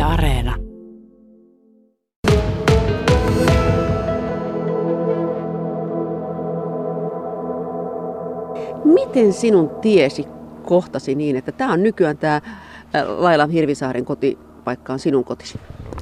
Areena. Miten sinun tiesi kohtasi niin, että tämä on nykyään tämä Laila Hirvisaaren kotipaikka on sinun kotisi?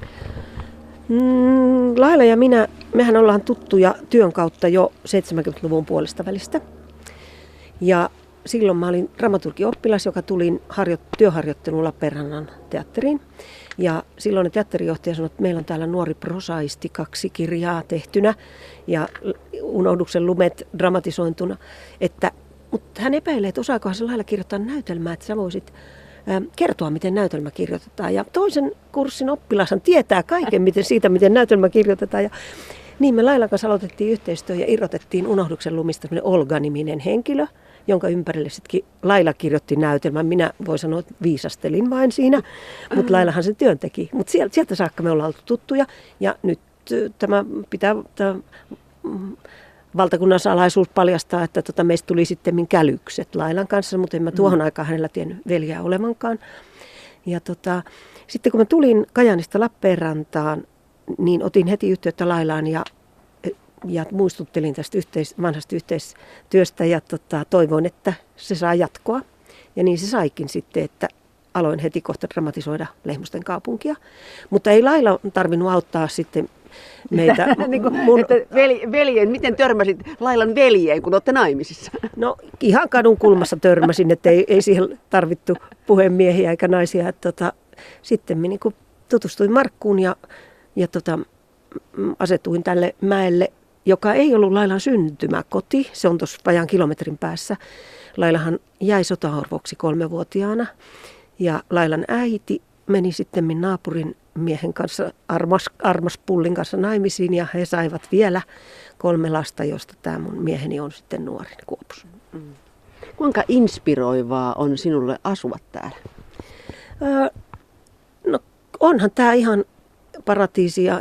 Laila ja minä, mehän ollaan tuttuja työn kautta jo 70-luvun puolesta välistä. Ja silloin mä olin dramaturgioppilas, joka tulin työharjoitteluun Lappeenrannan teatteriin. Ja silloin teatterijohtaja sanoi, että meillä on täällä nuori prosaisti 2 kirjaa tehtynä ja Unohduksen lumet dramatisointuna. Mutta hän epäilee, että osaakohan se Laila kirjoittaa näytelmää, että sä voisit kertoa, miten näytelmä kirjoitetaan. Ja toisen kurssin oppilashan tietää kaiken miten näytelmä kirjoitetaan. Ja niin me Lailan kanssa aloitettiin yhteistyö ja irrotettiin Unohduksen lumista Olga-niminen henkilö, jonka ympärille sitten Laila kirjoitti näytelmän. Minä voin sanoa, että viisastelin vain siinä, mutta Lailahan sen työn teki. Mutta sieltä saakka me ollaan oltu tuttuja ja nyt tämä valtakunnan salaisuus paljastaa, että meistä tuli sitten kälykset Lailan kanssa, mutta en mä tuohon aikaan hänellä tiennyt veljää olevankaan. Ja sitten kun mä tulin Kajaanista Lappeenrantaan, niin otin heti yhteyttä Lailaan ja muistuttelin tästä vanhasta yhteistyöstä ja toivoin, että se saa jatkoa. Ja niin se saikin sitten, että aloin heti kohta dramatisoida Lehmusten kaupunkia. Mutta ei Laila tarvinnut auttaa sitten meitä. Veljen, miten törmäsit Lailan veljeen, kun olette naimisissa? No ihan kadun kulmassa törmäsin, että ei siihen tarvittu puhemiehiä eikä naisia. Sitten minä tutustuin Markkuun ja asetuin tälle mäelle, joka ei ollut Lailan syntymäkoti. Se on tuossa vajaan kilometrin päässä. Lailahan jäi sotaorvoksi 3-vuotiaana ja Lailan äiti meni sitten naapurin miehen kanssa, Armas Pullin kanssa naimisiin ja he saivat vielä 3 lasta, josta tämä mun mieheni on sitten nuorin Kuopus. Kuinka inspiroivaa on sinulle asua täällä? No onhan tämä ihan paratiisi ja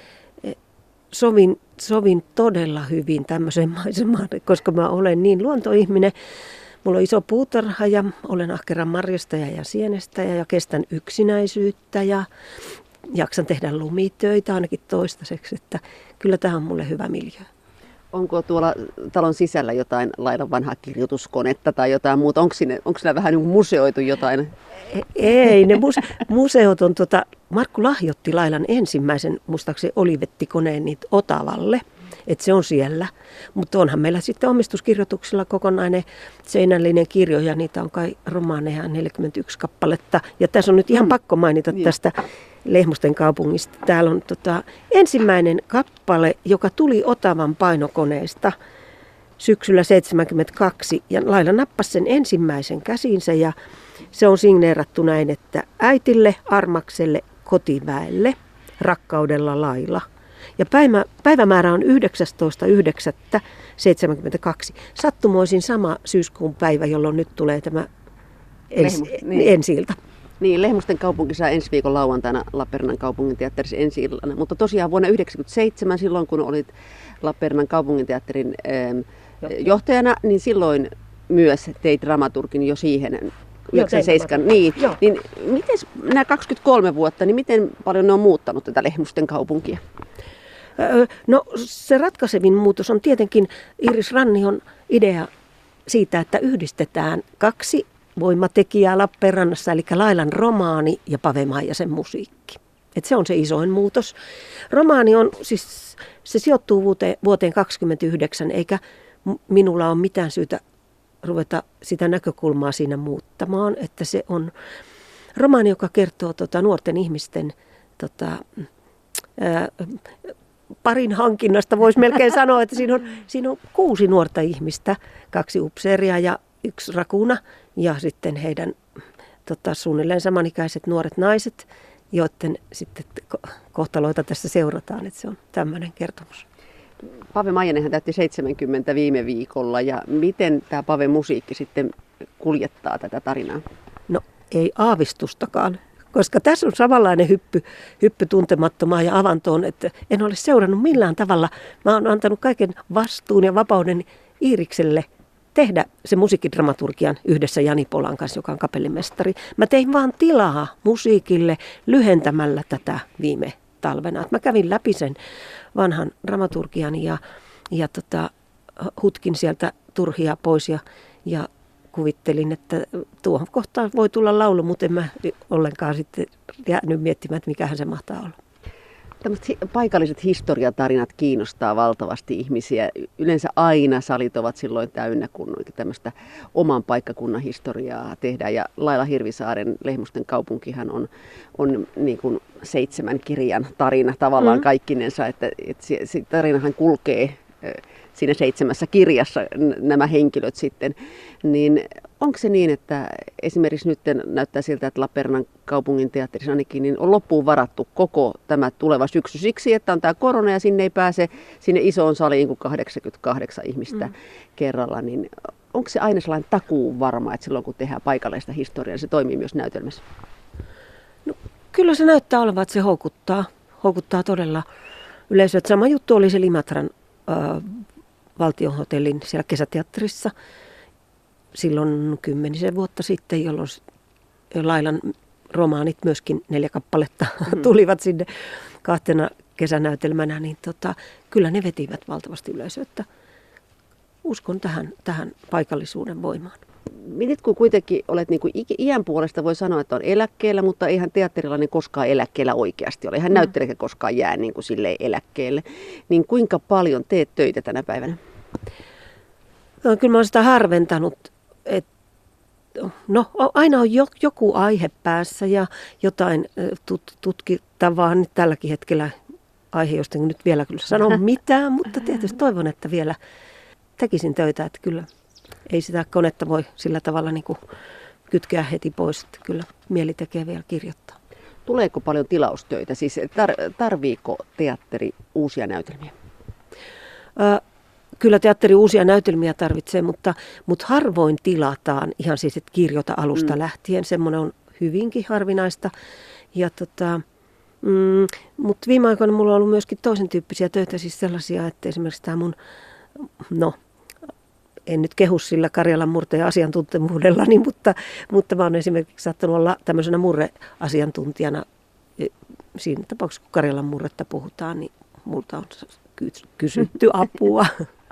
sovin todella hyvin tämmöiseen maisemaan, koska mä olen niin luontoihminen. Mulla on iso puutarha ja olen ahkera marjastaja ja sienestäjä ja kestän yksinäisyyttä ja jaksan tehdä lumitöitä ainakin toistaiseksi, että kyllä tämä on mulle hyvä miljö. Onko tuolla talon sisällä jotain Lailan vanhaa kirjoituskonetta tai jotain muuta? Onko siinä vähän museoitu jotain? Ei, ne museot on Markku lahjoitti Lailan ensimmäisen muistaakseni olivettikoneen niitä Otavalle. Että se on siellä, mutta onhan meillä sitten omistuskirjoituksilla kokonainen seinällinen kirjo ja niitä on kai romaaneja 41 kappaletta. Ja tässä on nyt ihan pakko mainita tästä Lehmusten kaupungista. Täällä on ensimmäinen kappale, joka tuli Otavan painokoneesta syksyllä 1972 ja Laila nappasi sen ensimmäisen käsiinsä ja se on signeerattu näin, että äitille, Armakselle, kotiväelle, rakkaudella Laila. Ja päivämäärä on 19.9.72. Sattumoisin sama syyskuun päivä, jolloin nyt tulee tämä ensi-ilta. Niin, Lehmusten kaupunki saa ensi viikon lauantaina Lappeenrannan kaupunginteatterissa ensi-illana. Mutta tosiaan vuonna 1997, silloin kun olit Lappeenrannan kaupunginteatterin johtajana, niin silloin myös teit dramaturgin jo siihen 97. Niin miten nämä 23 vuotta, niin miten paljon ne on muuttanut tätä Lehmusten kaupunkia? No se ratkaisevin muutos on tietenkin Iiris Rannion idea siitä, että yhdistetään 2 voimatekijää Lappeenrannassa, eli Lailan romaani ja Pave Maijasen musiikki. Et se on se isoin muutos. Romaani on, siis se sijoittuu vuoteen 1929, eikä minulla ole mitään syytä ruveta sitä näkökulmaa siinä muuttamaan, että se on romaani, joka kertoo nuorten ihmisten parin hankinnasta. Voisi melkein sanoa, että siinä on 6 nuorta ihmistä, 2 upseeria ja 1 rakuna ja sitten heidän suunnilleen samanikäiset nuoret naiset, joiden sitten kohtaloita tässä seurataan, että se on tämmöinen kertomus. Pave Maijanenhan täytti 70 viime viikolla ja miten tämä Pave musiikki sitten kuljettaa tätä tarinaa? No ei aavistustakaan, koska tässä on samanlainen hyppy tuntemattomaan ja avantoon, että en ole seurannut millään tavalla. Mä oon antanut kaiken vastuun ja vapauden Iirikselle tehdä se musiikkidramaturgian yhdessä Jani Polan kanssa, joka on kapellimestari. Mä tein vaan tilaa musiikille lyhentämällä tätä viime talvena. Et mä kävin läpi sen vanhan dramaturgian ja hutkin sieltä turhia pois ja kuvittelin, että tuohon kohtaan voi tulla laulu, mutta en mä ollenkaan sitten jäänyt miettimään, että mikähän se mahtaa olla. Tällaiset paikalliset historiatarinat kiinnostaa valtavasti ihmisiä. Yleensä aina salit ovat silloin täynnä, kun tämmöistä oman paikkakunnan historiaa tehdään. Ja Laila Hirvisaaren Lehmusten kaupunkihan on niin kuin 7 kirjan tarina tavallaan kaikkinensa. Että se tarinahan kulkee siinä 7 kirjassa nämä henkilöt sitten, niin onko se niin, että esimerkiksi nyt näyttää siltä, että Lappeenrannan kaupungin teatterissa ainakin niin on loppuun varattu koko tämä tuleva syksy siksi, että on tämä korona ja sinne ei pääse sinne isoon saliin kuin 88 ihmistä kerralla, niin onko se aina sellainen takuun varma, että silloin kun tehdään paikallista historiaa, se toimii myös näytelmässä? No, kyllä se näyttää olevan, että se houkuttaa todella yleisöä. Sama juttu oli se Limatran valtionhotellin siellä kesäteatterissa silloin 10 vuotta sitten, jolloin Lailan romaanit myöskin 4 kappaletta tulivat sinne 2 kesänäytelmänä, niin kyllä ne vetivät valtavasti yleisöä, että uskon tähän paikallisuuden voimaan. Mietit, kun kuitenkin olet niin kuin iän puolesta, voi sanoa, että on eläkkeellä, mutta eihän teatterilainen koskaan eläkkeellä oikeasti ole. Eihän näyttelijä koskaan jää niin kuin silleen eläkkeelle. Niin kuinka paljon teet töitä tänä päivänä? No, kyllä mä oon sitä harventanut, että aina on joku aihe päässä ja jotain tutkittavaa. Nyt tälläkin hetkellä aihe, josta nyt vielä kyllä sano mitään, mutta tietysti toivon, että vielä tekisin töitä, että kyllä ei sitä konetta voi sillä tavalla niin kuin kytkeä heti pois, että kyllä mieli tekee vielä kirjoittaa. Tuleeko paljon tilaustöitä? Siis tarviiko teatteri uusia näytelmiä? Kyllä teatteri uusia näytelmiä tarvitsee, mutta harvoin tilataan ihan siis, että kirjoita alusta lähtien. Semmoinen on hyvinkin harvinaista. Mutta viime aikoina mulla on ollut myöskin toisen tyyppisiä töitä, siis sellaisia, että esimerkiksi tämä mun, en nyt kehu sillä Karjalan murteen asiantuntemuudellani, mutta mä oon esimerkiksi saattanut olla tämmöisenä murreasiantuntijana. Siinä tapauksessa, kun Karjalan murretta puhutaan, niin multa on kysytty apua.